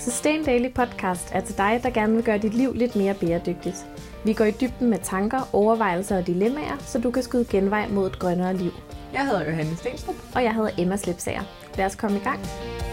Sustain Daily Podcast er til dig, der gerne vil gøre dit liv lidt mere bæredygtigt. Vi går i dybden med tanker, overvejelser og dilemmaer, så du kan skyde genvej mod et grønnere liv. Jeg hedder Johanne Stenstrup. Og jeg hedder Emma Slipsager. Lad os komme i gang.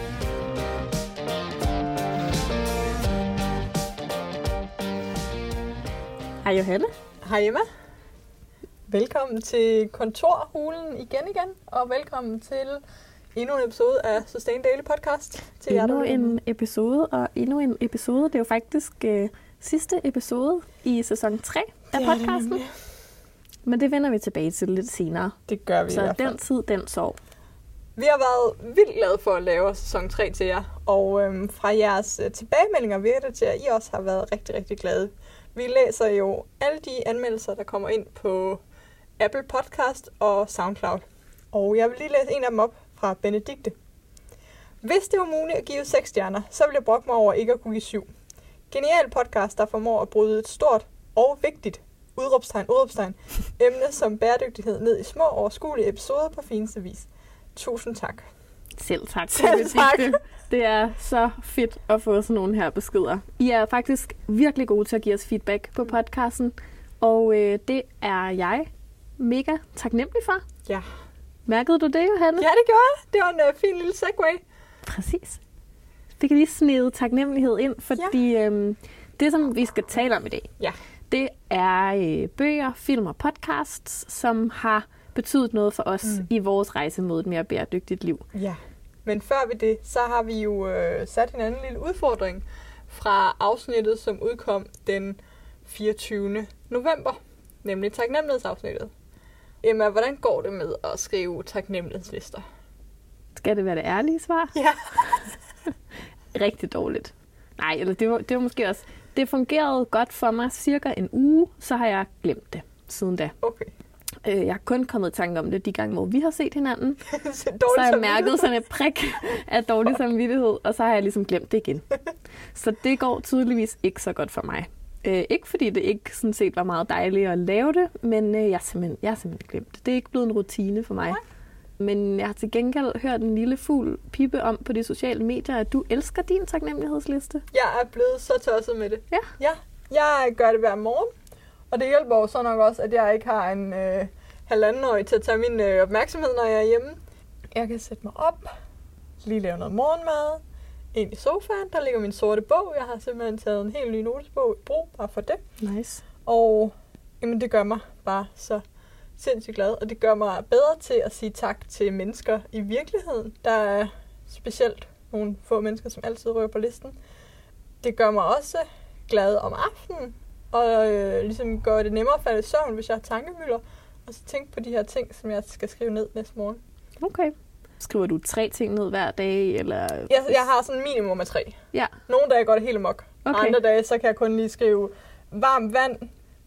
Hej Johanne. Hej Emma. Velkommen til kontorhulen igen, og velkommen til endnu en episode af Sustain Daily Podcast. Endnu en episode. Det er jo faktisk sidste episode i sæson 3 af podcasten. Men det vender vi tilbage til lidt senere. Det gør vi så i hvert fald. Den tid, den sov. Vi har været vildt glade for at lave sæson 3 til jer, og fra jeres tilbagemeldinger virker det til, at I også har været rigtig, rigtig glade. Vi læser jo alle de anmeldelser, der kommer ind på Apple Podcast og SoundCloud. Og jeg vil lige læse en af dem op fra Benedikte. Hvis det var muligt at give 6 stjerner, så ville jeg brokke mig over ikke at kunne give 7. Genial podcast, der formår at bryde et stort og vigtigt udråbstegn, emne som bæredygtighed ned i små overskuelige episoder på fineste vis. Tusind tak. Selv tak. Selv tak. Det er så fedt at få sådan nogle her beskeder. I er faktisk virkelig gode til at give os feedback på podcasten, og det er jeg mega taknemmelig for. Ja. Mærkede du det, Johanne? Ja, det gjorde jeg. Det var en fin lille segway. Præcis. Fik jeg lige snedet taknemmelighed ind, fordi det, som vi skal tale om i dag, det er bøger, film og podcasts, som har betydet noget for os i vores rejse mod et mere bæredygtigt liv. Ja, men før vi det, så har vi jo sat en anden lille udfordring fra afsnittet, som udkom den 24. november, nemlig taknemmelighedsafsnittet. Emma, hvordan går det med at skrive taknemmelighedslister? Skal det være det ærlige svar? Ja. Rigtig dårligt. Nej, eller det var måske også... Det fungerede godt for mig cirka en uge, så har jeg glemt det siden da. Okay. Jeg har kun kommet i tanke om det de gange, hvor vi har set hinanden. så har jeg mærket sådan et prik af dårlig samvittighed, og så har jeg ligesom glemt det igen. Så det går tydeligvis ikke så godt for mig. Ikke fordi det ikke sådan set var meget dejligt at lave det, men jeg har simpelthen glemt det. Det er ikke blevet en rutine for mig. Men jeg har til gengæld hørt en lille fugl pippe om på de sociale medier, at du elsker din taknemmelighedsliste. Jeg er blevet så tosset med det. Ja. Jeg gør det hver morgen, og det hjælper jo så nok også, at jeg ikke har en halvandenårig til at tage min opmærksomhed, når jeg er hjemme. Jeg kan sætte mig op, lige lave noget morgenmad, ind i sofaen, der ligger min sorte bog. Jeg har simpelthen taget en helt ny notesbog i brug, bare for det. Nice. Og jamen, det gør mig bare så sindssygt glad, og det gør mig bedre til at sige tak til mennesker i virkeligheden. Der er specielt nogle få mennesker, som altid rører på listen. Det gør mig også glad om aftenen, og ligesom gør det nemmere at falde i søvn, hvis jeg har tankemylder, og så tænke på de her ting, som jeg skal skrive ned næste morgen. Okay. Skriver du 3 ting ned hver dag, eller? Jeg har sådan en minimum af 3. Ja. Nogle dage går det helt amok. Okay. Andre dage, så kan jeg kun lige skrive varmt vand,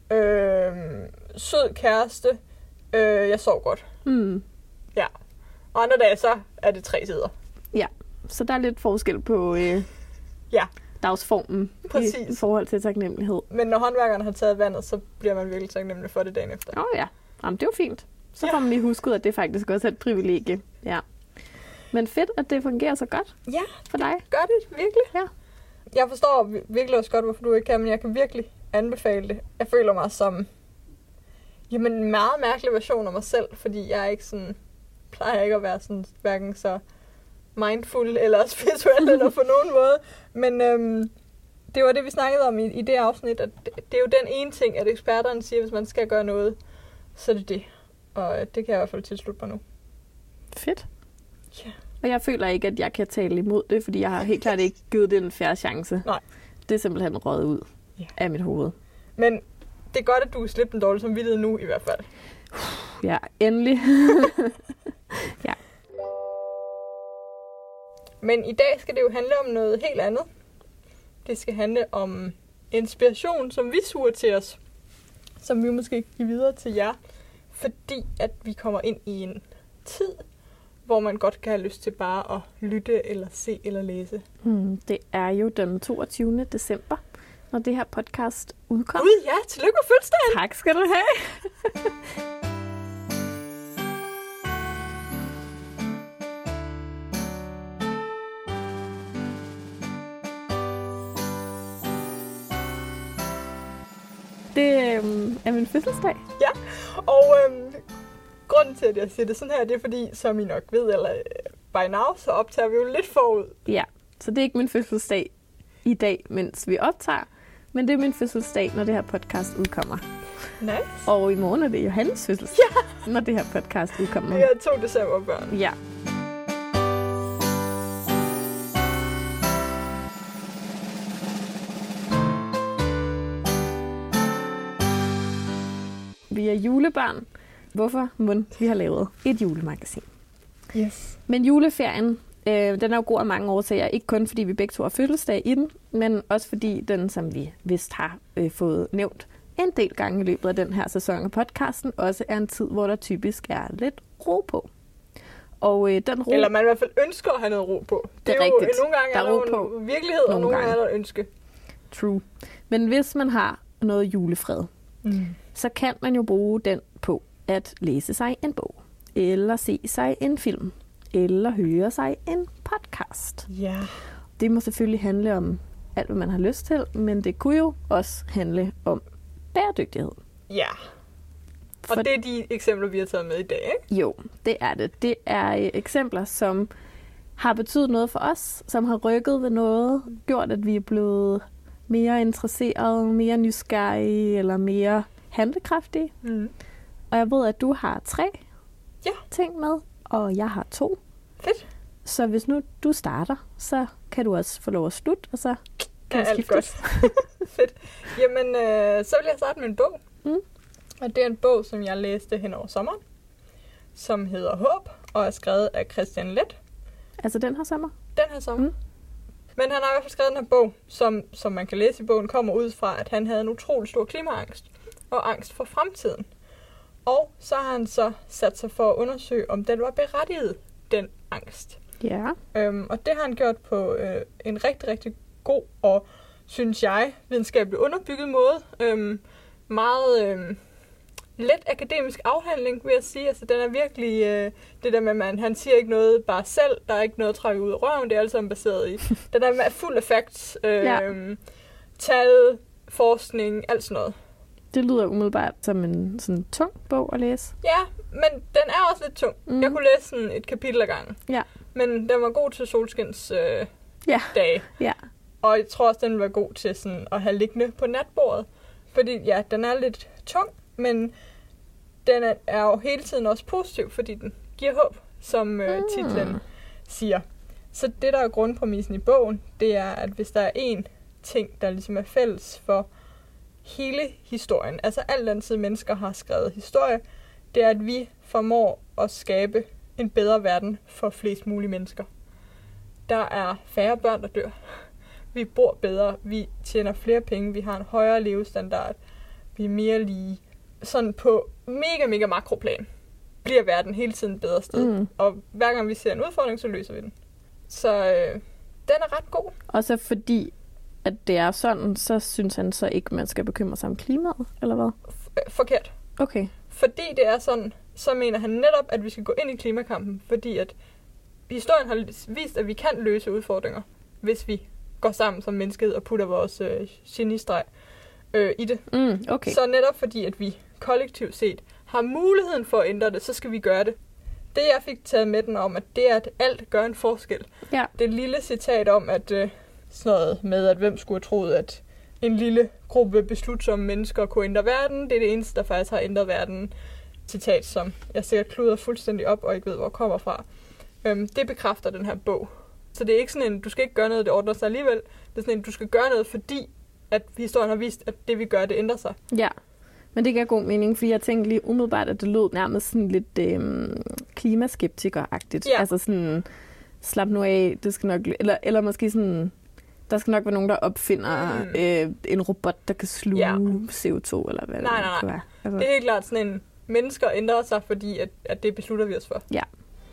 sød kæreste, jeg sov godt. Ja. Og andre dage, så er det 3 sider. Ja, så der er lidt forskel på dagsformen i forhold til taknemmelighed. Men når håndværkerne har taget vandet, så bliver man virkelig taknemmelig for det dagen efter. Ja. Jamen, det er jo fint. Så får man lige husket, at det faktisk også er et privilegie. Ja. Men fedt, at det fungerer så godt for dig. Gør det virkelig. Ja. Jeg forstår virkelig også godt, hvorfor du ikke kan, men jeg kan virkelig anbefale det. Jeg føler mig som en meget mærkelig version af mig selv, fordi jeg ikke sådan, plejer ikke at være sådan, hverken så mindful eller spirituel eller på nogen måde. Men det var det, vi snakkede om i det afsnit, at det er jo den ene ting, at eksperterne siger, hvis man skal gøre noget, så er det det. Og det kan jeg i hvert fald tilslutte mig nu. Fedt. Ja. Og jeg føler ikke, at jeg kan tale imod det, fordi jeg har helt klart ikke givet det en fair chance. Nej. Det er simpelthen røget ud af mit hoved. Men det er godt, at du slipper den dårlige samvittighed nu i hvert fald. Ja, endelig. Ja. Men i dag skal det jo handle om noget helt andet. Det skal handle om inspiration, som vi suger til os. Som vi måske kan give videre til jer. Fordi at vi kommer ind i en tid, hvor man godt kan have lyst til bare at lytte eller se eller læse. Det er jo den 22. december, når det her podcast udkommer. Gud ja, tillykke med fødselsdagen! Tak skal du have! Det er min fødselsdag. Ja, og grunden til, at jeg siger det sådan her, det er fordi, som I nok ved, eller by now, så optager vi jo lidt forud. Ja, så det er ikke min fødselsdag i dag, mens vi optager, men det er min fødselsdag, når det her podcast udkommer. Nice. Og i morgen er det Johannes fødselsdag, når det her podcast udkommer. Vi er 2 december børn. Ja. Vi er julebørn. Hvorfor mon vi har lavet et julemagasin? Yes. Men juleferien, den er jo god af mange årsager. Ikke kun fordi vi begge to har fødselsdag i den, men også fordi den, som vi vist har fået nævnt en del gange i løbet af den her sæson af podcasten, også er en tid, hvor der typisk er lidt ro på. Og den ro... Eller man i hvert fald ønsker at have noget ro på. Det er rigtigt. Nogle gange der er der ro på virkelighed, og nogle gange er der ønske. True. Men hvis man har noget julefred, så kan man jo bruge den på at læse sig en bog, eller se sig en film, eller høre sig en podcast. Ja. Det må selvfølgelig handle om alt, hvad man har lyst til, men det kunne jo også handle om bæredygtighed. Ja. Og det er de eksempler, vi har taget med i dag, ikke? Jo, det er det. Det er eksempler, som har betydet noget for os, som har rykket ved noget, gjort, at vi er blevet mere interesserede, mere nysgerrige eller mere handlekraftige. Og jeg ved, at du har 3 ting med, og jeg har 2. Fedt. Så hvis nu du starter, så kan du også få lov at slutte, og så kan vi skifte. Godt. Fedt. Jamen, så vil jeg starte med en bog. Og det er en bog, som jeg læste hen over sommeren, som hedder Håb, og er skrevet af Christian Leth. Altså den her sommer? Den her sommer. Men han har i hvert fald skrevet den her bog, som man kan læse i bogen, kommer ud fra, at han havde en utrolig stor klimaangst og angst for fremtiden. Og så har han så sat sig for at undersøge, om den var berettiget, den angst. Ja. Og det har han gjort på en rigtig, rigtig god og, synes jeg, videnskabeligt underbygget måde. Meget let akademisk afhandling, vil jeg sige. Altså, den er virkelig det der med, han siger ikke noget bare selv. Der er ikke noget at trække ud af røven. Det er alt sammen baseret i. Den er fuld af facts, tal, forskning, alt sådan noget. Det lyder umiddelbart som en sådan tung bog at læse. Ja, men den er også lidt tung. Jeg kunne læse sådan et kapitel ad gangen. Ja. Men den var god til solskins dage. Ja. Og jeg tror også, den var god til sådan at have liggende på natbordet. Fordi ja, den er lidt tung, men den er jo hele tiden også positiv, fordi den giver håb, som titlen siger. Så det, der er grundpræmissen i bogen, det er, at hvis der er én ting, der ligesom er fælles for hele historien, altså alt den tid mennesker har skrevet historie, det er, at vi formår at skabe en bedre verden for flest mulige mennesker. Der er færre børn, der dør. Vi bor bedre, vi tjener flere penge, vi har en højere levestandard, vi er mere lige. Sådan på mega, mega makroplan bliver verden hele tiden et bedre sted. Og hver gang vi ser en udfordring, så løser vi den. Så den er ret god. Og så fordi, at det er sådan, så synes han så ikke, man skal bekymre sig om klimaet, eller hvad? Forkert. Okay. Fordi det er sådan, så mener han netop, at vi skal gå ind i klimakampen, fordi at historien har vist, at vi kan løse udfordringer, hvis vi går sammen som menneskehed og putter vores genistreg i det. Okay. Så netop fordi, at vi kollektivt set har muligheden for at ændre det, så skal vi gøre det. Det, jeg fik taget med den om, at det er, at alt gør en forskel. Ja. Det lille citat om, at sådan noget med, at hvem skulle have troet, at en lille gruppe beslutsomme mennesker kunne ændre verden, det er det eneste, der faktisk har ændret verden. Citat, som jeg sikkert kluder fuldstændig op og ikke ved, hvor det kommer fra. Det bekræfter den her bog. Så det er ikke sådan en, du skal ikke gøre noget, det ordner sig alligevel. Det er sådan en, du skal gøre noget, fordi at historien har vist, at det vi gør, det ændrer sig. Ja. Men det giver god mening, fordi jeg tænkte lige umiddelbart, at det lød nærmest sådan lidt klimaskeptiker-agtigt. Ja. Altså sådan, slap nu af, det skal nok... Eller måske sådan, der skal nok være nogen, der opfinder en robot, der kan sluge CO2, eller hvad det kan være. Altså. Det er helt klart sådan en, mennesker ændrer sig, fordi at det beslutter vi os for. Ja.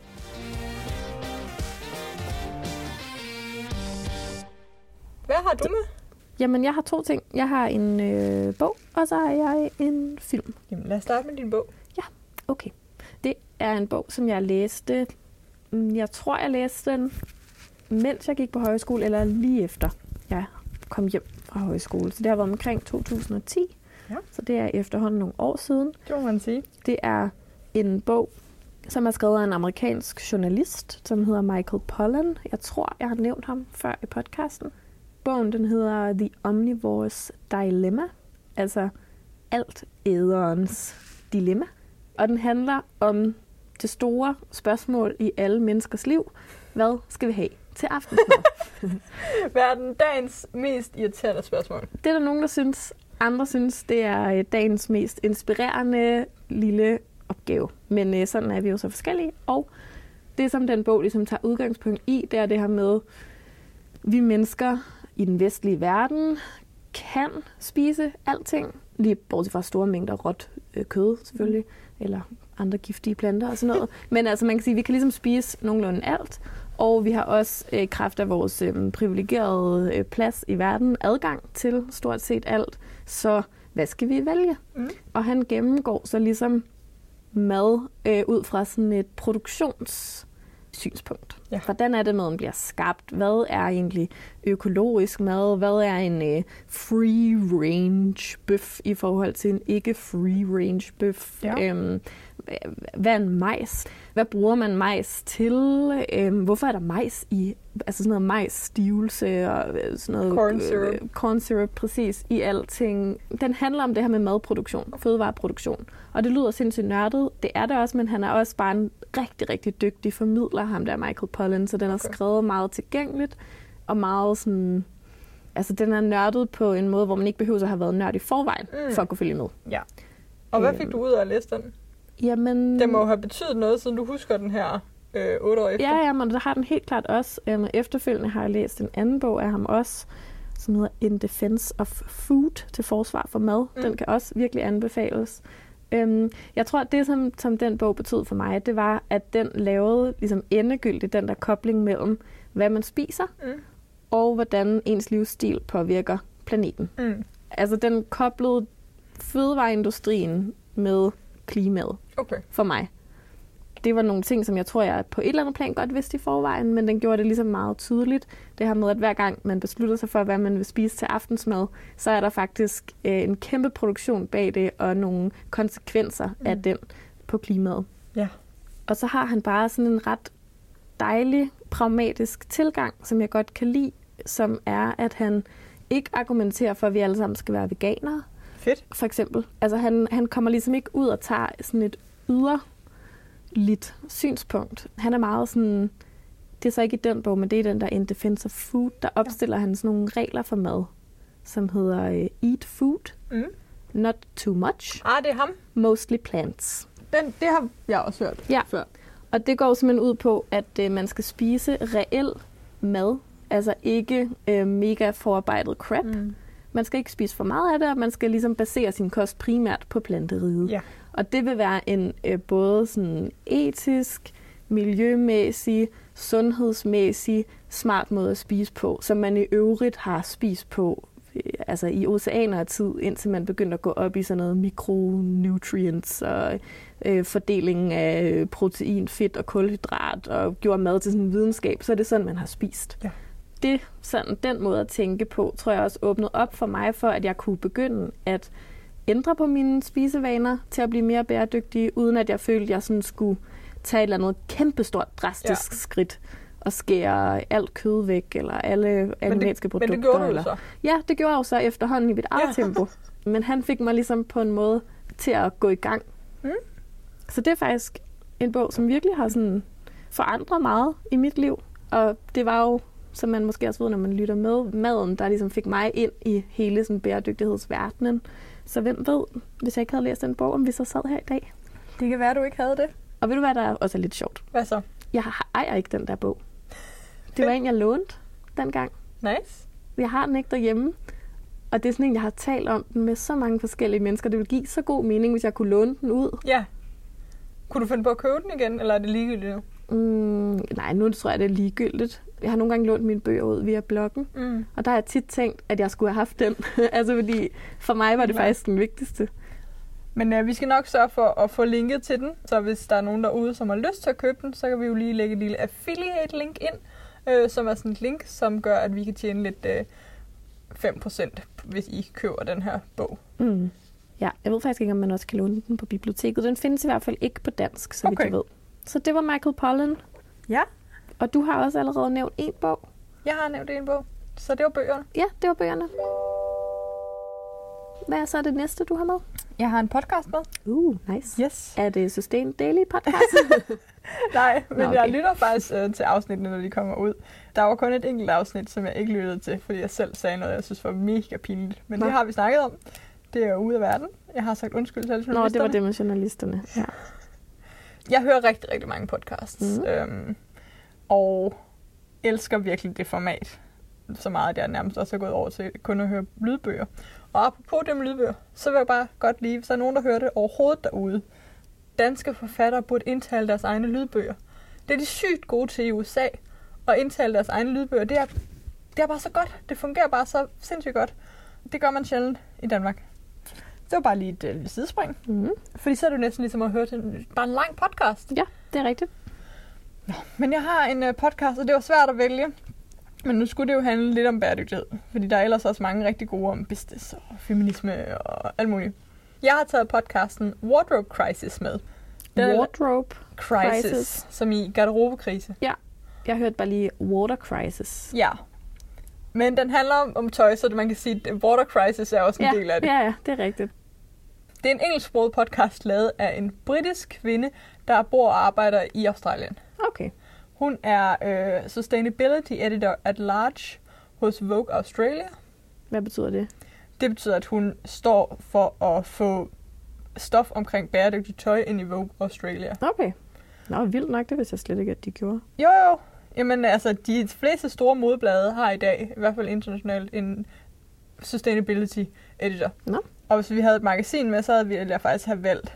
Hvad har du med? Jamen, jeg har 2 ting. Jeg har en bog, og så har jeg en film. Jamen, lad os starte med din bog. Ja, okay. Det er en bog, som jeg læste. Jeg tror, jeg læste den, mens jeg gik på højskole, eller lige efter jeg kom hjem fra højskole. Så det har været omkring 2010. Ja. Så det er efterhånden nogle år siden. Det må man sige. Det er en bog, som er skrevet af en amerikansk journalist, som hedder Michael Pollan. Jeg tror, jeg har nævnt ham før i podcasten. Bogen, den hedder The Omnivore's Dilemma, altså altæderens dilemma. Og den handler om det store spørgsmål i alle menneskers liv. Hvad skal vi have til aftensmad? Hvad er dagens mest irriterende spørgsmål? Det er der nogen, der synes. Andre synes, det er dagens mest inspirerende lille opgave. Men sådan er vi jo så forskellige. Og det, som den bog ligesom tager udgangspunkt i, det er det her med, vi mennesker i den vestlige verden kan spise alting. Lige bortset fra store mængder råt kød, selvfølgelig. Eller andre giftige planter og sådan noget. Men altså, man kan sige, at vi kan ligesom spise nogenlunde alt. Og vi har også kraft af vores privilegerede plads i verden adgang til stort set alt. Så hvad skal vi vælge? Og han gennemgår så ligesom mad ud fra sådan et produktionssynspunkt. Ja. Hvordan er det, maden bliver skabt? Hvad er egentlig økologisk mad? Hvad er en free-range bøf i forhold til en ikke-free-range bøf? Ja. Hvad er en majs? Hvad bruger man majs til? Hvorfor er der majs i, altså sådan noget majsstivelse og sådan noget corn syrup, præcis, i alting. Den handler om det her med madproduktion, fødevareproduktion. Og det lyder sindssygt nørdet. Det er det også, men han er også bare en rigtig, rigtig dygtig formidler, ham der Michael Pollan. Så den er skrevet meget tilgængeligt og meget sådan, altså den er nørdet på en måde, hvor man ikke behøver at have været nørd i forvejen for at kunne følge med. Ja. Og hvad fik du ud af at læse den? Jamen, det må have betydet noget, siden du husker den her 8 år efter. Ja, men det har den helt klart også. Efterfølgende har jeg læst en anden bog af ham også, som hedder In Defense of Food, til forsvar for mad. Den kan også virkelig anbefales. Jeg tror, at det, som den bog betød for mig, det var, at den lavede ligesom endegyldigt den der kobling mellem, hvad man spiser, og hvordan ens livsstil påvirker planeten. Altså, den koblede fødevareindustrien med klimaet for mig. Det var nogle ting, som jeg tror, jeg på et eller andet plan godt vidste i forvejen, men den gjorde det ligesom meget tydeligt. Det her med, at hver gang man beslutter sig for, hvad man vil spise til aftensmad, så er der faktisk en kæmpe produktion bag det, og nogle konsekvenser af den på klimaet. Ja. Og så har han bare sådan en ret dejlig, pragmatisk tilgang, som jeg godt kan lide, som er, at han ikke argumenterer for, at vi alle sammen skal være veganere. Fedt. For eksempel. Altså han kommer ligesom ikke ud og tager sådan et yderligt synspunkt. Han er meget sådan, det er så ikke i den bog, men det er den der In Defense of Food, der opstiller han sådan nogle regler for mad, som hedder Eat Food, Not Too Much, det er ham. Mostly Plants. Det har jeg også hørt før. Og det går simpelthen ud på, at man skal spise reel mad, altså ikke mega forarbejdet crap. Man skal ikke spise for meget af det, og man skal ligesom basere sin kost primært på planteriget. Ja. Og det vil være en både sådan etisk, miljømæssig, sundhedsmæssig, smart måde at spise på, som man i øvrigt har spist på altså i oceaner af tid, indtil man begyndte at gå op i sådan noget mikronutrients og fordelingen af protein, fedt og kulhydrat, og gjorde mad til sådan en videnskab, så er det sådan, man har spist. Ja. Den måde at tænke på, tror jeg også åbnede op for mig, for at jeg kunne begynde at ændre på mine spisevaner til at blive mere bæredygtige, uden at jeg følte, at jeg sådan skulle tage et eller andet kæmpestort, drastisk skridt og skære alt kød væk, eller alle animalske produkter. Men det gjorde du så? Ja, det gjorde jeg jo så efterhånden i mit eget tempo. Men han fik mig ligesom på en måde til at gå i gang. Så det er faktisk en bog, som virkelig har sådan forandret meget i mit liv. Og det var jo, som man måske også ved, når man lytter med, maden, der ligesom fik mig ind i hele sådan bæredygtighedsverdenen. Så hvem ved, hvis jeg ikke havde læst den bog, om vi så sad her i dag. Det kan være, du ikke havde det. Og ved du hvad, der også er lidt sjovt? Hvad så? Jeg ejer ikke den der bog. Det var en, jeg lånte dengang. Nice. Jeg har den ikke derhjemme. Og det er sådan en, jeg har talt om den med så mange forskellige mennesker. Det ville give så god mening, hvis jeg kunne låne den ud. Ja. Kunne du finde på at købe den igen, eller er det ligegyldigt nu? Nej, nu tror jeg, det er ligegyldigt. Jeg har nogle gange lånt mine bøger ud via bloggen. Og der har jeg tit tænkt, at jeg skulle have haft den. Altså fordi for mig var det faktisk den vigtigste. Men vi skal nok sørge for at få linket til den. Så hvis der er nogen derude, som har lyst til at købe den, så kan vi jo lige lægge et lille affiliate-link ind, som er sådan et link, som gør, at vi kan tjene lidt 5%, hvis I køber den her bog. Ja, jeg ved faktisk ikke, om man også kan låne den på biblioteket. Den findes i hvert fald ikke på dansk, så vidt jeg ved. Så det var Michael Pollan. Ja. Og du har også allerede nævnt en bog. Jeg har nævnt en bog, så det var bøgerne. Ja, det var bøgerne. Hvad er så det næste, du har med? Jeg har en podcast med. Nice. Yes. Er det Sustain Daily podcast? Nej, men jeg lytter faktisk til afsnittene, når de kommer ud. Der var kun et enkelt afsnit, som jeg ikke lyttede til, fordi jeg selv sagde noget, jeg synes var mega pinligt. Men det har vi snakket om. Det er jo ude af verden. Jeg har sagt undskyld til alle journalisterne. Nå, det var det med journalisterne. Ja. Jeg hører rigtig, rigtig mange podcasts. Og elsker virkelig det format. Så meget, at jeg nærmest også er gået over til kun at høre lydbøger. Og apropos det med lydbøger, så vil jeg bare godt lide, hvis der er nogen, der hører det overhovedet derude. Danske forfattere burde indtale deres egne lydbøger. Det er de sygt gode til i USA at indtale deres egne lydbøger. Det er bare så godt. Det fungerer bare så sindssygt godt. Det gør man sjældent i Danmark. Det var bare lige et lille sidespring. Fordi så er det jo næsten ligesom at høre til bare en lang podcast. Ja, det er rigtigt. Nå, men jeg har en podcast, og det var svært at vælge. Men nu skulle det jo handle lidt om bæredygtighed. Fordi der er ellers også mange rigtig gode om business og feminisme og alt muligt. Jeg har taget podcasten Wardrobe Crisis med. Wardrobe Crisis. Som i garderobekrise. Ja, jeg hørte bare lige Water Crisis. Ja. Men den handler om tøj, så man kan sige, at Water Crisis er også en del af det. Ja, det er rigtigt. Det er en engelsksproget podcast lavet af en britisk kvinde, der bor og arbejder i Australien. Okay. Hun er Sustainability Editor at Large hos Vogue Australia. Hvad betyder det? Det betyder, at hun står for at få stof omkring bæredygtigt tøj ind i Vogue Australia. Okay. Nå, vildt nok, det vidste jeg slet ikke, at de gjorde. Jo. Jamen altså, de fleste store modeblade har i dag, i hvert fald internationalt, en Sustainability Editor. Nå. Og hvis vi havde et magasin med, så ville jeg faktisk have valgt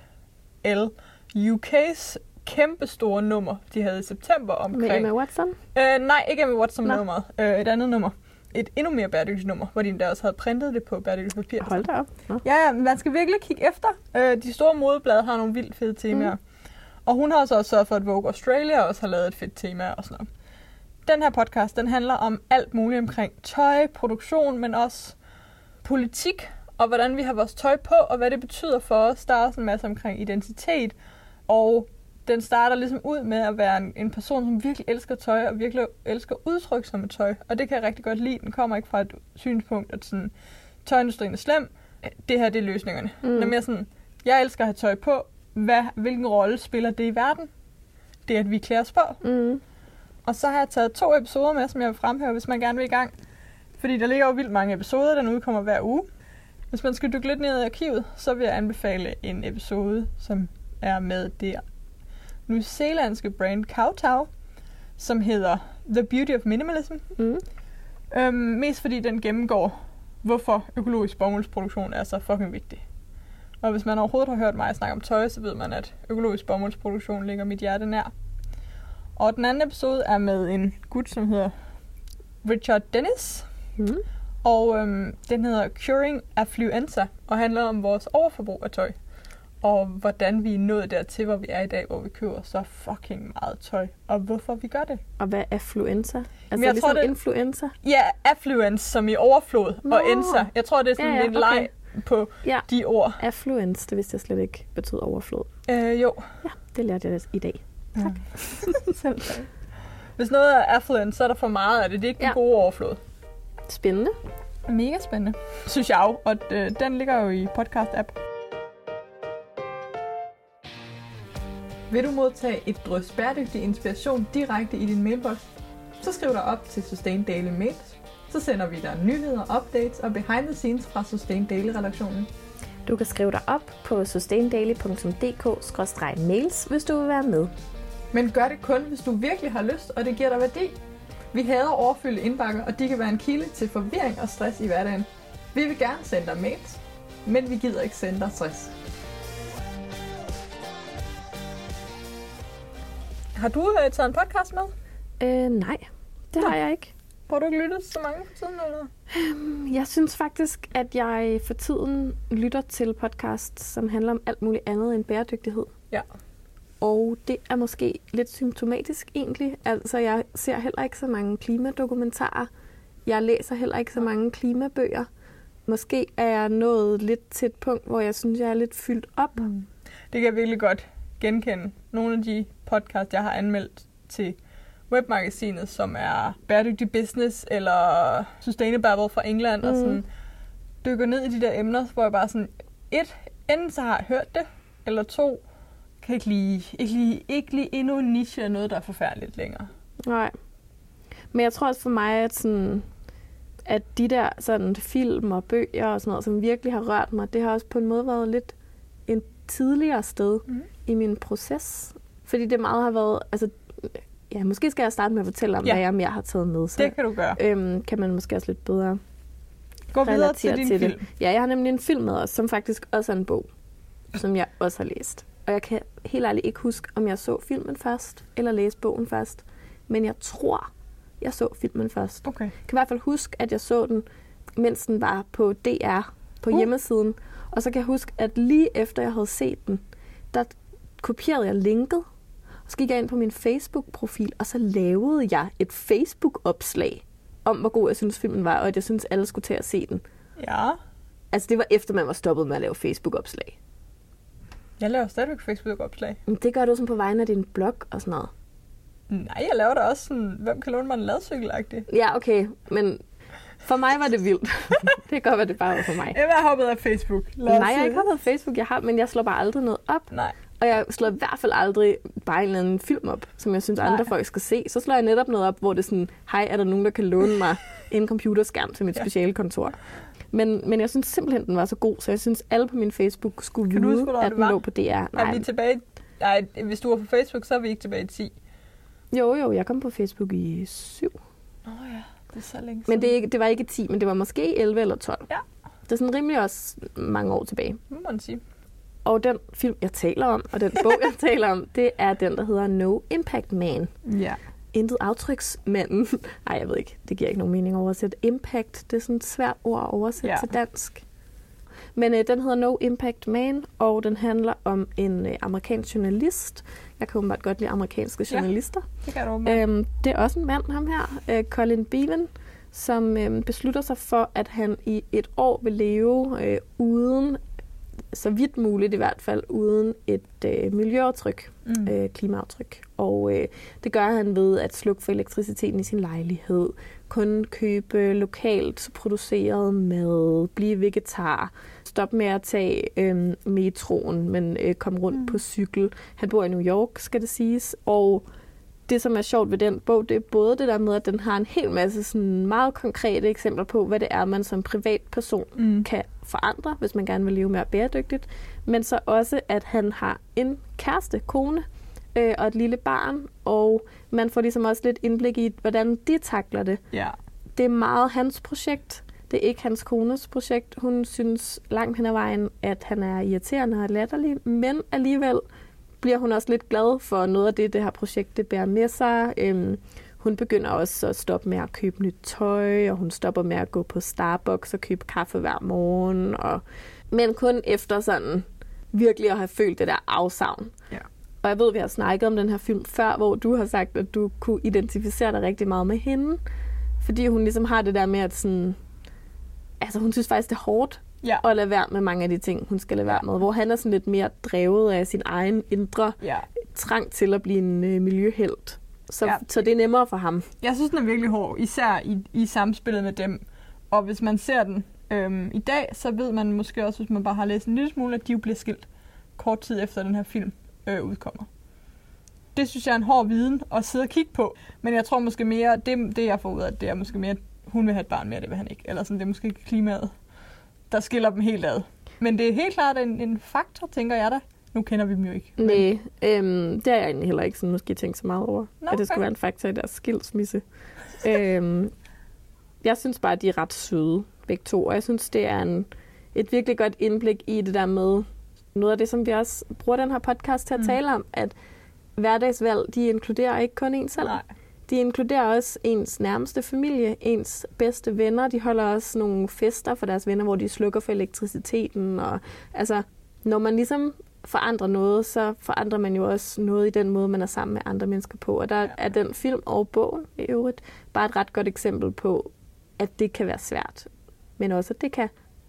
UK's kæmpe store nummer, de havde i september omkring... Med Emma Watson? Nej, ikke Emma Watson-nummeret. Et andet nummer. Et endnu mere bæredygtigt nummer, hvor de endda også havde printet det på bæredygtigt papir. Hold da op. Nå. Ja, man skal virkelig kigge efter. De store modeblade har nogle vildt fede temaer. Og hun har også sørget for, at Vogue Australia også har lavet et fedt tema og sådan noget. Den her podcast, den handler om alt muligt omkring tøj, produktion, men også politik, og hvordan vi har vores tøj på, og hvad det betyder for os. Der er også en masse omkring identitet, og den starter ligesom ud med at være en person, som virkelig elsker tøj, og virkelig elsker udtryk som et tøj. Og det kan jeg rigtig godt lide. Den kommer ikke fra et synspunkt, at sådan, tøjindustrien er slem. Det her, det er løsningerne. Det er mere sådan, jeg elsker at have tøj på. Hvilken rolle spiller det i verden? Det er, at vi klæder os på. Og så har jeg taget 2 episoder med, som jeg vil fremhæve, hvis man gerne vil i gang. Fordi der ligger jo vildt mange episoder, den udkommer hver uge. Hvis man skal dykke lidt ned i arkivet, så vil jeg anbefale en episode, som er med det newzealandske brand Kowtow, som hedder The Beauty of Minimalism. Mest fordi den gennemgår, hvorfor økologisk bomuldsproduktion er så fucking vigtig. Og hvis man overhovedet har hørt mig snakke om tøj, så ved man, at økologisk bomuldsproduktion ligger mit hjerte nær. Og den anden episode er med en gut, som hedder Richard Dennis. Og den hedder Curing Affluenza, og handler om vores overforbrug af tøj. Og hvordan vi er nået dertil, hvor vi er i dag, hvor vi køber så fucking meget tøj. Og hvorfor vi gør det. Og hvad er affluenza? Altså jeg ligesom tror, influenza? Ja, affluence som i overflod og ensa. Jeg tror, det er sådan en leg på de ord. Affluence, det vidste jeg slet ikke betyder overflod. Jo. Ja, det lærte jeg i dag. Tak. Selv tak. Hvis noget er affluence, så er der for meget af det. Det er ikke en god overflod. Spændende. Mega spændende, synes jeg. Og den ligger jo i podcast-app. Vil du modtage et drøs bæredygtig inspiration direkte i din mailbox? Så skriv dig op til Sustain Daily Mails. Så sender vi dig nyheder, updates og behind the scenes fra Sustain Daily-redaktionen. Du kan skrive dig op på sustaindaily.dk/mails, hvis du vil være med. Men gør det kun, hvis du virkelig har lyst, og det giver dig værdi. Vi hader overfyldte indbakker, og de kan være en kilde til forvirring og stress i hverdagen. Vi vil gerne sende dig mails, men vi gider ikke sende dig stress. Har du taget en podcast med? Nej, det har jeg ikke. Har du ikke lyttet så mange på tiden, eller? Jeg synes faktisk, at jeg for tiden lytter til podcasts, som handler om alt muligt andet end bæredygtighed. Ja. Og det er måske lidt symptomatisk egentlig. Altså, jeg ser heller ikke så mange klimadokumentarer. Jeg læser heller ikke så mange klimabøger. måske er jeg nået lidt til et punkt, hvor jeg synes, jeg er lidt fyldt op. Det kan jeg virkelig godt genkende. Nogle af de podcasts, jeg har anmeldt til webmagasinet, som er bæredygtig business eller sustainable fra England, og sådan dykker ned i de der emner, hvor jeg bare sådan, enten så har jeg hørt det, eller 2, kan ikke lige endnu en niche af noget, der er forfærdeligt længere. Nej. Men jeg tror også for mig, at de der sådan film og bøger og sådan noget, som virkelig har rørt mig, det har også på en måde været lidt en tidligere sted i min proces. Fordi det meget har været, altså, ja, måske skal jeg starte med at fortælle om, hvad jeg har taget med. Så, det kan du gøre. Kan man måske også lidt bedre gå videre til din film. Det. Ja, jeg har nemlig en film med os, som faktisk også er en bog, som jeg også har læst. Og jeg kan helt ærligt ikke huske, om jeg så filmen først, eller læste bogen først. Men jeg tror, jeg så filmen først. Okay. Jeg kan i hvert fald huske, at jeg så den, mens den var på DR, på hjemmesiden. Og så kan jeg huske, at lige efter jeg havde set den, der kopierede jeg linket, og så gik jeg ind på min Facebook-profil, og så lavede jeg et Facebook-opslag om, hvor god jeg synes filmen var, og at jeg synes, alle skulle til at se den. Ja. Altså, det var efter, man var stoppet med at lave Facebook-opslag. Jeg laver stadigvæk Facebook-opslag. Men det gør du sådan på vegne af din blog og sådan noget. Nej, jeg laver da også sådan, hvem kan låne mig en ladcykel-agtig. Ja, okay, men for mig var det vildt. Det kan godt være, det bare var for mig. Jeg har hoppet af Facebook. Nej, jeg har ikke hoppet af Facebook, men jeg slår bare aldrig noget op. Nej. Og jeg slår i hvert fald aldrig bare en eller anden film op, som jeg synes, andre folk skal se. Så slår jeg netop noget op, hvor det er sådan, hej, er der nogen, der kan låne mig en computerskærm til mit specialkontor? Men jeg synes simpelthen, den var så god, så jeg synes, alle på min Facebook skulle vide, at den lå på DR. Nej. Er vi tilbage? Nej, hvis du var på Facebook, så er vi ikke tilbage i 10. Jo, jeg kom på Facebook i 7. Ja, det er så længe siden. Men det var ikke 10, men det var måske 11 eller 12. Ja. Det er sådan rimelig også mange år tilbage. Må man sige. Og den film, jeg taler om, og den bog, jeg taler om, det er den, der hedder No Impact Man. Ja. Intet aftryksmanden. Nej, jeg ved ikke. Det giver ikke nogen mening at oversætte. Impact, det er sådan et svært ord at oversætte til dansk. Men den hedder No Impact Man, og den handler om en amerikansk journalist. Jeg kan åbenbart godt lide amerikanske journalister. Det kan du det er også en mand, ham her, Colin Beavan, som beslutter sig for, at han i et år vil leve uden, så vidt muligt i hvert fald, uden et miljøaftryk, klimaaftryk. Og det gør han ved at slukke for elektriciteten i sin lejlighed, kun købe lokalt produceret mad, blive vegetar, stoppe med at tage metroen, men komme rundt på cykel. Han bor i New York, skal det siges, og det, som er sjovt ved den bog, det er både det der med, at den har en hel masse sådan meget konkrete eksempler på, hvad det er, man som privatperson kan forandre, hvis man gerne vil leve mere bæredygtigt, men så også, at han har en kæreste, kone og et lille barn, og man får ligesom også lidt indblik i, hvordan de takler det. Ja. Det er meget hans projekt. Det er ikke hans kones projekt. Hun synes langt hen ad vejen, at han er irriterende og latterlig, men alligevel bliver hun også lidt glad for noget af det her projekt, det bærer med sig. Hun begynder også at stoppe med at købe nyt tøj, og hun stopper med at gå på Starbucks og købe kaffe hver morgen. Men kun efter sådan virkelig at have følt det der afsavn. Ja. Og jeg ved, at vi har snakket om den her film før, hvor du har sagt, at du kunne identificere dig rigtig meget med hende. Fordi hun ligesom har det der med, at sådan, altså hun synes faktisk, det er hårdt at lade være med mange af de ting, hun skal lade være med. Hvor han er sådan lidt mere drevet af sin egen indre trang til at blive en miljøhelt. Så det er nemmere for ham. Jeg synes, den er virkelig hård, især i samspillet med dem. Og hvis man ser den i dag, så ved man måske også, hvis man bare har læst en lille smule, at de jo bliver skilt kort tid efter den her film udkommer. Det synes jeg er en hård viden at sidde og kigge på. Men jeg tror måske mere, det jeg får ud af, det er måske mere, at hun vil have et barn mere, det vil han ikke. Eller sådan, det er måske ikke klimaet, der skiller dem helt ad. Men det er helt klart en faktor, tænker jeg da. Nu kender vi dem jo ikke. Nej, det har jeg egentlig heller ikke sådan måske tænkt så meget over. At det skulle være en faktor i deres skilsmisse. Jeg synes bare, at de er ret søde, begge to. Og jeg synes, det er et virkelig godt indblik i det der med noget af det, som vi også bruger den her podcast til at tale om, at hverdagsvalg, de inkluderer ikke kun en selv. Nej. De inkluderer også ens nærmeste familie, ens bedste venner. De holder også nogle fester for deres venner, hvor de slukker for elektriciteten. Og, altså, når man ligesom forandrer noget, så forandrer man jo også noget i den måde, man er sammen med andre mennesker på. Og der er den film og bogen i øvrigt bare et ret godt eksempel på, at det kan være svært, men også, at det kan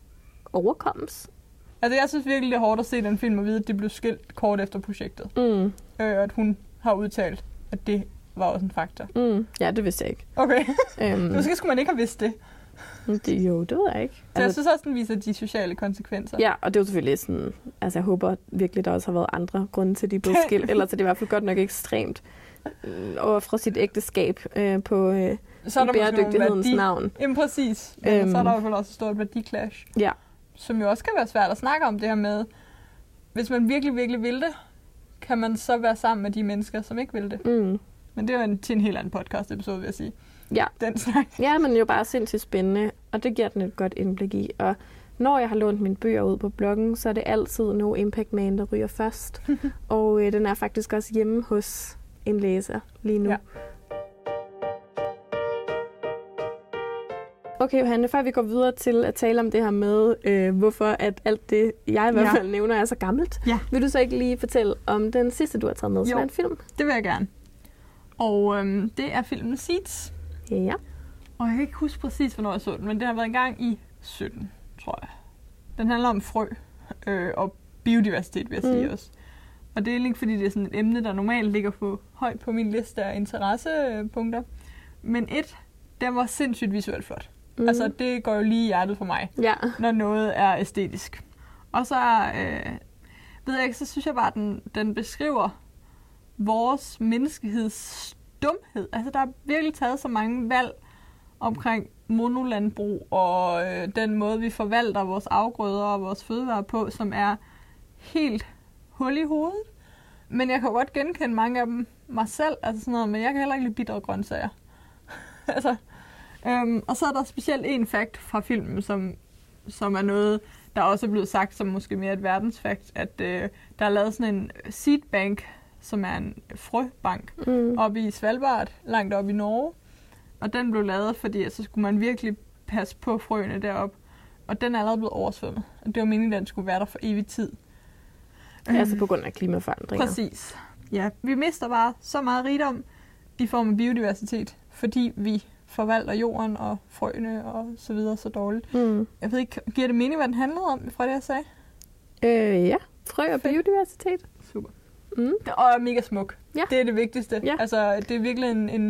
overkommes. Altså, jeg synes virkelig, det er hårdt at se den film og vide, at det blev skilt kort efter projektet. At hun har udtalt, at det var også en faktor. Ja, det vidste jeg ikke. Okay. Måske skulle man ikke have vidst det. Jo, det ved jeg ikke. Så jeg synes også, den viser de sociale konsekvenser. Ja, og det er jo selvfølgelig sådan... Altså, jeg håber virkelig, der også har været andre grunde til, at de blev skilt. Ellers er det i hvert fald godt nok ekstremt over fra sit ægteskab på så er der bæredygtighedens navn. Jamen præcis. Så er der i hvert fald også et stort værdiklash. Ja. Som jo også kan være svært at snakke om det her med, hvis man virkelig, virkelig vil det, kan man så være sammen med de mennesker, som ikke vil det. Men det er jo til en helt anden podcast-episode, vil jeg sige. Ja. Den snak. Ja, men det er jo bare sindssygt spændende, og det giver den et godt indblik i. Og når jeg har lånt mine bøger ud på bloggen, så er det altid No Impact Man, der ryger først. Og den er faktisk også hjemme hos en læser lige nu. Ja. Okay, Johanne, før vi går videre til at tale om det her med, hvorfor at alt det, jeg i hvert fald nævner, er så gammelt. Ja. Vil du så ikke lige fortælle om den sidste, du har taget med, som er en film? Det vil jeg gerne. Og det er filmen Seeds. Ja. Og jeg kan ikke huske præcis, hvornår jeg så den, men det har været en gang i 17, tror jeg. Den handler om frø og biodiversitet, vil jeg sige også. Og det er ikke, fordi det er sådan et emne, der normalt ligger højt på min liste af interessepunkter. Men den var sindssygt visuelt flot. Altså, det går jo lige i hjertet for mig, når noget er æstetisk. Og så, ved jeg ikke, så synes jeg bare, at den beskriver vores menneskeheds dumhed. Altså, der er virkelig taget så mange valg omkring monolandbrug og den måde, vi forvalter vores afgrøder og vores fødevarer på, som er helt hul i hovedet. Men jeg kan godt genkende mange af dem mig selv, altså sådan noget, men jeg kan heller ikke lide bitre grøntsager. Altså, og så er der specielt en fact fra filmen, som er noget, der også er blevet sagt som måske mere et verdensfakt, at der er lavet sådan en seedbank, som er en frøbank, oppe i Svalbard, langt oppe i Norge. Og den blev lavet, fordi så skulle man virkelig passe på frøene deroppe. Og den er allerede blevet oversvømmet. Og det var meningen, at den skulle være der for evig tid. Altså på grund af klimaforandringer. Præcis. Ja, vi mister bare så meget rigdom i form af biodiversitet, fordi vi forvalter jorden og frøene og så videre så dårligt. Jeg ved ikke, giver det mening, hvad den handlede om fra det, jeg sagde? Ja, frø og biodiversitet. Super. Og er mega smuk. Ja. Det er det vigtigste. Ja. Altså, det er virkelig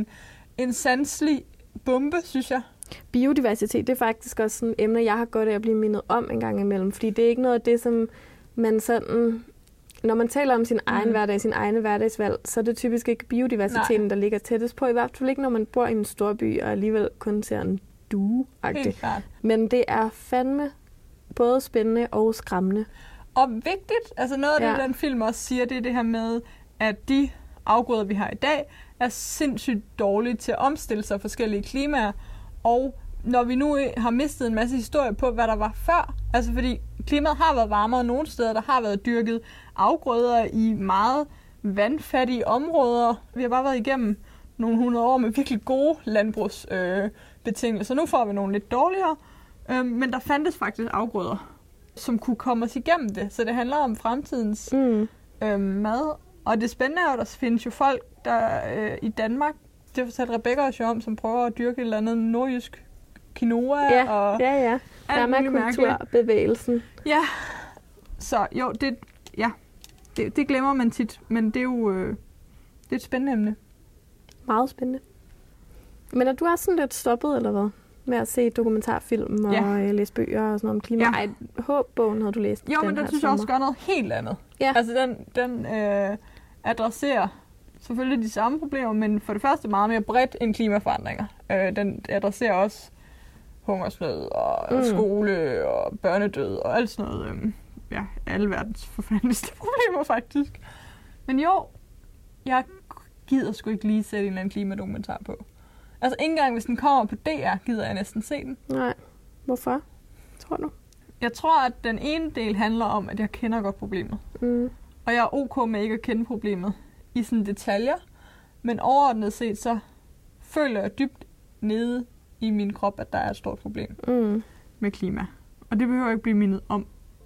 en sanselig bombe, synes jeg. Biodiversitet, det er faktisk også sådan et emne, jeg har godt af at blive mindet om en gang imellem. Fordi det er ikke noget af det, som man sådan... Når man taler om sin egen hverdag, sin egne hverdagsvalg, så er det typisk ikke biodiversiteten, der ligger tættest på. I hvert fald ikke, når man bor i en stor by og alligevel kun ser en due-agtig. Men det er fandme både spændende og skræmmende. Og vigtigt, altså noget af det, den film også siger, det er det her med, at de afgrøder, vi har i dag, er sindssygt dårlige til at omstille sig forskellige klimaer. Og når vi nu har mistet en masse historie på, hvad der var før, altså fordi klimaet har været varmere nogle steder, der har været dyrket afgrøder i meget vandfattige områder. Vi har bare været igennem nogle 100 år med virkelig gode landbrugsbetingelser. Nu får vi nogle lidt dårligere, men der fandtes faktisk afgrøder, som kunne komme os igennem det. Så det handler om fremtidens mad. Og det spændende er jo, der findes jo folk, der i Danmark, det fortalte Rebecca også om, som prøver at dyrke et eller andet nordjysk quinoa og der er kulturbevægelsen. Ja, så jo, det glemmer man tit, men det er jo det er et spændende emne. Meget spændende. Men er du også sådan lidt stoppet, eller hvad? Med at se dokumentarfilm og læse bøger og sådan noget om klima? Ej, Håb-bogen havde du læst. Jo, men den synes jeg også gør noget helt andet. Ja. Altså den adresserer selvfølgelig de samme problemer, men for det første meget mere bredt end klimaforandringer. Den adresserer også hungersnød og skole og børnedød og alt sådan noget. Alle verdens forfærdeligste problemer faktisk. Men jo, jeg gider sgu ikke lige sætte en eller anden klimadokumentar på. Altså ikke engang hvis den kommer på DR, gider jeg næsten se den. Nej. Hvorfor? Tror du? Jeg tror, at den ene del handler om, at jeg kender godt problemet. Og jeg er ok med ikke at kende problemet i sådan detaljer. Men overordnet set, så føler jeg dybt nede i min krop, at der er et stort problem med klima. Og det behøver jeg ikke blive mindet om.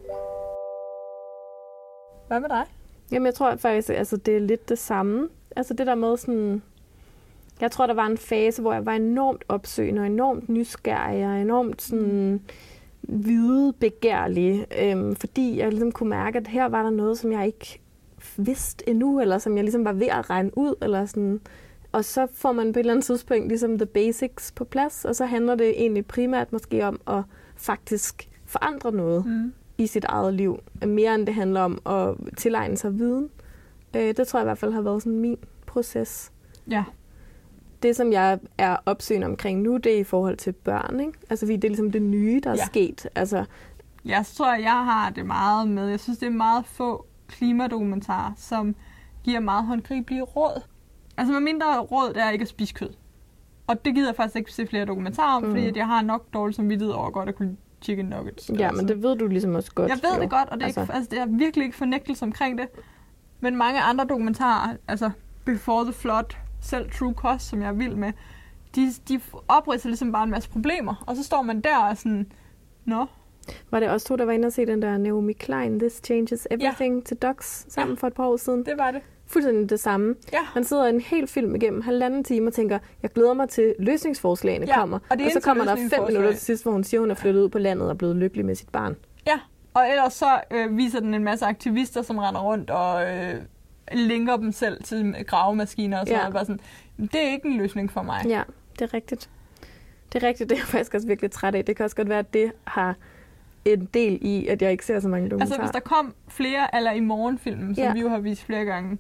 Hvad med dig? Jamen, jeg tror faktisk, altså, det er lidt det samme. Altså det der med sådan... Jeg tror, der var en fase, hvor jeg var enormt opsøgende og enormt nysgerrig og enormt sådan vide begærlig, fordi jeg ligesom kunne mærke, at her var der noget, som jeg ikke vidste endnu, eller som jeg ligesom var ved at regne ud, eller sådan. Og så får man på et eller andet tidspunkt ligesom the basics på plads, og så handler det egentlig primært måske om at faktisk forandre noget i sit eget liv, mere end det handler om at tilegne sig viden. Det tror jeg i hvert fald har været sådan min proces. Ja. Det, som jeg er opsøgende omkring nu, det er i forhold til børn, ikke? Altså, fordi det er ligesom det nye, der er sket. Altså, jeg tror, jeg har det meget med. Jeg synes, det er meget få klimadokumentarer, som giver meget håndgribelige råd. Altså, med mindre råd, det er ikke at spise kød. Og det gider jeg faktisk ikke se flere dokumentarer om, fordi at jeg har nok dårligt samvittighed over godt at kunne chicken nuggets. Ja, men det ved du ligesom også godt. Jeg ved det godt, og det er, ikke, det er virkelig ikke fornægtelse omkring det. Men mange andre dokumentarer, altså Before the Flood, selv True Cost, som jeg er vild med, de opridser ligesom bare en masse problemer. Og så står man der og sådan, nå. Var det også to, der var inde og se den der Naomi Klein, This Changes Everything til Docs sammen for et par år siden? Det var det. Fuldstændig det samme. Ja. Man sidder en hel film igennem 1,5 time og tænker, jeg glæder mig til løsningsforslagene kommer. Og så kommer der 5 minutter til sidst, hvor hun siger, hun er flyttet ud på landet og er blevet lykkelig med sit barn. Ja, og ellers så viser den en masse aktivister, som render rundt og linker dem selv til gravemaskiner og sådan noget. Bare sådan, det er ikke en løsning for mig. Ja, det er rigtigt. Det er rigtigt, det er jeg faktisk også virkelig træt af. Det kan også godt være, at det har en del i, at jeg ikke ser så mange dokumentarer. Altså, hvis der kom flere eller i morgenfilmen, som vi jo har vist flere gange,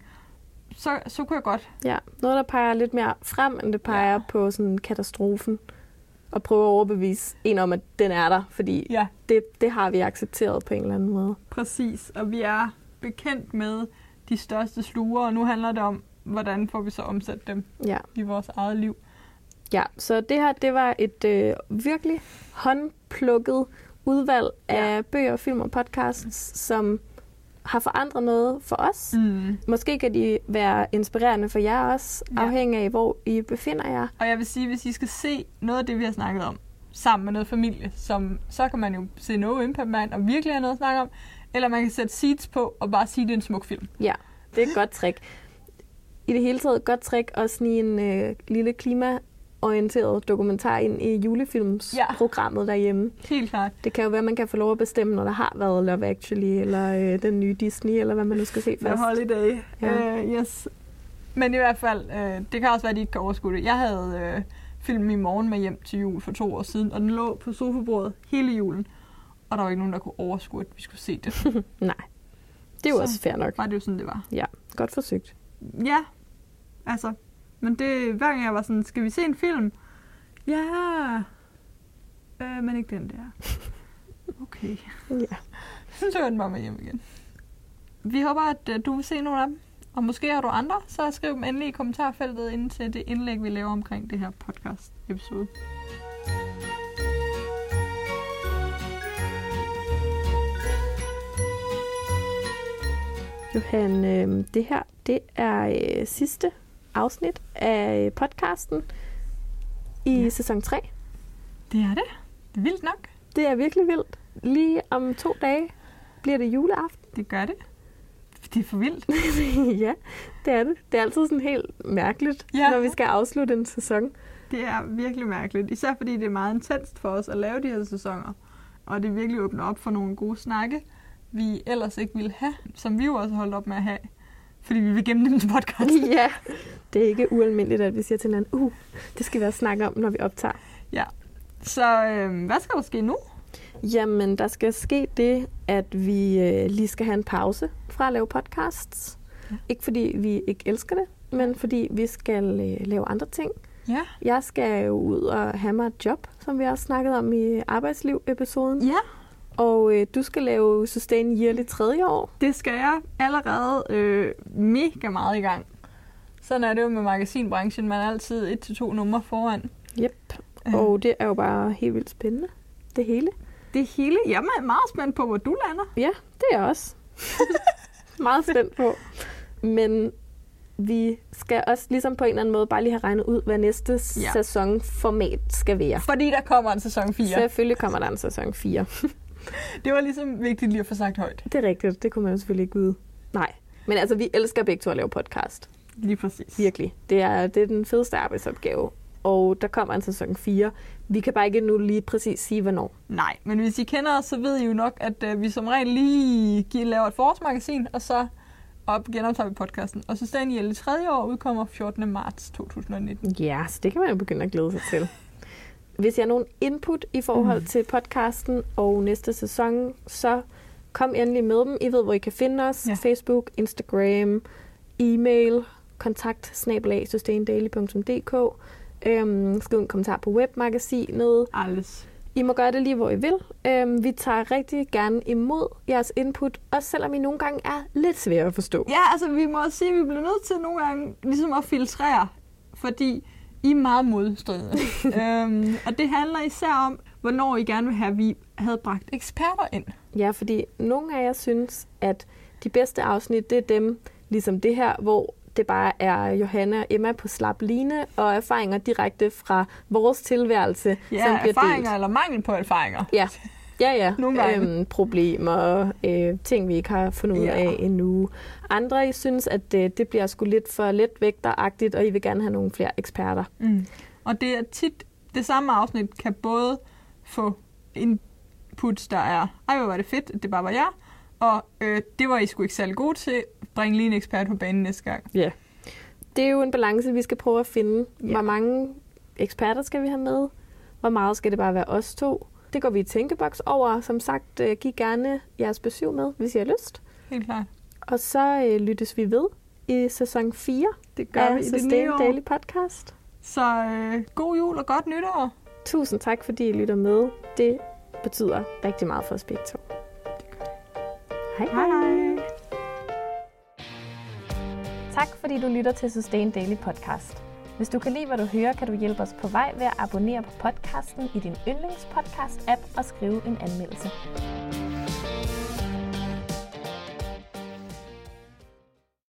så kunne jeg godt. Ja, noget, der peger lidt mere frem, end det peger på sådan katastrofen. Og prøve at overbevise en om, at den er der, fordi det har vi accepteret på en eller anden måde. Præcis, og vi er bekendt med de største sluger, og nu handler det om, hvordan får vi så omsat dem i vores eget liv. Ja, så det her, det var et virkelig håndplukket udvalg af bøger, film og podcasts, som har forandret noget for os. Måske kan de være inspirerende for jer også, afhængig af, hvor I befinder jer. Og jeg vil sige, hvis I skal se noget af det, vi har snakket om, sammen med noget familie, så kan man jo se No Impact Man og virkelig have noget at snakke om, eller man kan sætte seeds på og bare sige, det er en smuk film. Ja, det er et godt trick. I det hele taget et godt trick at snige en lille klimaorienteret dokumentar ind i julefilmsprogrammet derhjemme. Helt klart. Det kan jo være, at man kan få lov at bestemme, når der har været Love Actually, eller den nye Disney, eller hvad man nu skal se først. The Holiday. Yes. Men i hvert fald, det kan også være, at de ikke kan overskue det. Jeg havde filmen I morgen med hjem til jul for 2 år siden, og den lå på sofabordet hele julen. Og der var ikke nogen, der kunne overskue, at vi skulle se det. Nej. Det er jo også fair nok. Var det jo sådan, det var. Ja, godt forsøgt. Ja, altså. Men det, hver gang jeg var sådan, skal vi se en film? Ja. Men ikke den der. Okay. Ja. Så tog jeg den bare med hjem igen. Vi håber, at du vil se nogle af dem. Og måske har du andre, så skriv dem endelig i kommentarfeltet ind til det indlæg, vi laver omkring det her podcast-episode. Johan, det her, det er sidste afsnit af podcasten i sæson 3. Det er det. Det er vildt nok. Det er virkelig vildt. Lige om 2 dage bliver det juleaften. Det gør det. Det er for vildt. Ja, det er det. Det er altid sådan helt mærkeligt, når vi skal afslutte en sæson. Det er virkelig mærkeligt. Især fordi det er meget intenst for os at lave de her sæsoner. Og det virkelig åbner op for nogle gode snakke, vi ellers ikke ville have, som vi jo også holdt op med at have. Fordi vi vil gemme dem til podcast. Ja, det er ikke ualmindeligt, at vi siger til hinanden, det skal vi også snakke om, når vi optager. Ja, så hvad skal der ske nu? Jamen, der skal ske det, at vi lige skal have en pause fra at lave podcasts. Ja. Ikke fordi vi ikke elsker det, men fordi vi skal lave andre ting. Ja. Jeg skal jo ud og have mig et job, som vi også snakket om i arbejdsliv-episoden. Ja. Og du skal lave Sustain Yearly 3. år. Det skal jeg allerede mega meget i gang. Sådan er det jo med magasinbranchen. Man er altid 1-2 numre foran. Yep. Og det er jo bare helt vildt spændende. Det hele. Det hele? Jeg er meget spændt på, hvor du lander. Ja, det er jeg også. Meget spændt på. Men vi skal også ligesom på en eller anden måde bare lige have regnet ud, hvad næste sæsonformat skal være. Fordi der kommer en sæson 4. Selvfølgelig kommer der en sæson 4. Det var ligesom vigtigt lige at få sagt højt. Det er rigtigt. Det kunne man jo selvfølgelig ikke vide. Nej. Men altså, vi elsker begge to at lave podcast. Lige præcis. Virkelig. Det er den fedeste arbejdsopgave og der kommer en sæson 4. Vi kan bare ikke nu lige præcis sige, hvornår. Nej, men hvis I kender os, så ved I jo nok, at vi som regel lige laver et forårsmagasin, og så genoptager vi podcasten. Og så Stand Ihjel i 3. år udkommer 14. marts 2019. Ja, så det kan man jo begynde at glæde sig til. Hvis jeg har nogen input i forhold til podcasten og næste sæson, så kom endelig med dem. I ved, hvor I kan finde os. Ja. Facebook, Instagram, e-mail, kontakt@sustaindaily.dk. Skriv en kommentar på webmagasinet. Alles. I må gøre det lige, hvor I vil. Vi tager rigtig gerne imod jeres input, også selvom I nogle gange er lidt svære at forstå. Ja, altså vi må også sige, at vi bliver nødt til nogle gange ligesom at filtrere, fordi I er meget modstridende. Og det handler især om, hvornår I gerne vil have, at vi havde bragt eksperter ind. Ja, fordi nogle af jer synes, at de bedste afsnit, det er dem, ligesom det her, hvor det bare er Johanna og Emma på slap line, og erfaringer direkte fra vores tilværelse. Ja, som bliver erfaringer delt. Eller mangel på erfaringer. Ja. Nogle gange. Problemer, ting vi ikke har fundet ud af endnu. Andre, I synes, at det bliver sgu lidt for letvægteragtigt, og I vil gerne have nogle flere eksperter. Og det er tit, det samme afsnit kan både få inputs, der er, ej hvor var det fedt, det bare var jeg, og det var I sgu ikke særlig gode til, bring lige en ekspert på banen næste gang. Ja. Det er jo en balance, vi skal prøve at finde. Hvor mange eksperter skal vi have med? Hvor meget skal det bare være os to? Det går vi i tænkeboks over. Som sagt, giv gerne jeres besøg med, hvis I har lyst. Helt klart. Og så lyttes vi ved i sæson 4 det gør vi i det nye år. Daily Podcast. Så god jul og godt nytår. Tusind tak, fordi I lytter med. Det betyder rigtig meget for os begge to. Hej hej. Tak fordi du lytter til Sustain Daily Podcast. Hvis du kan lide, hvad du hører, kan du hjælpe os på vej ved at abonnere på podcasten i din yndlingspodcast-app og skrive en anmeldelse.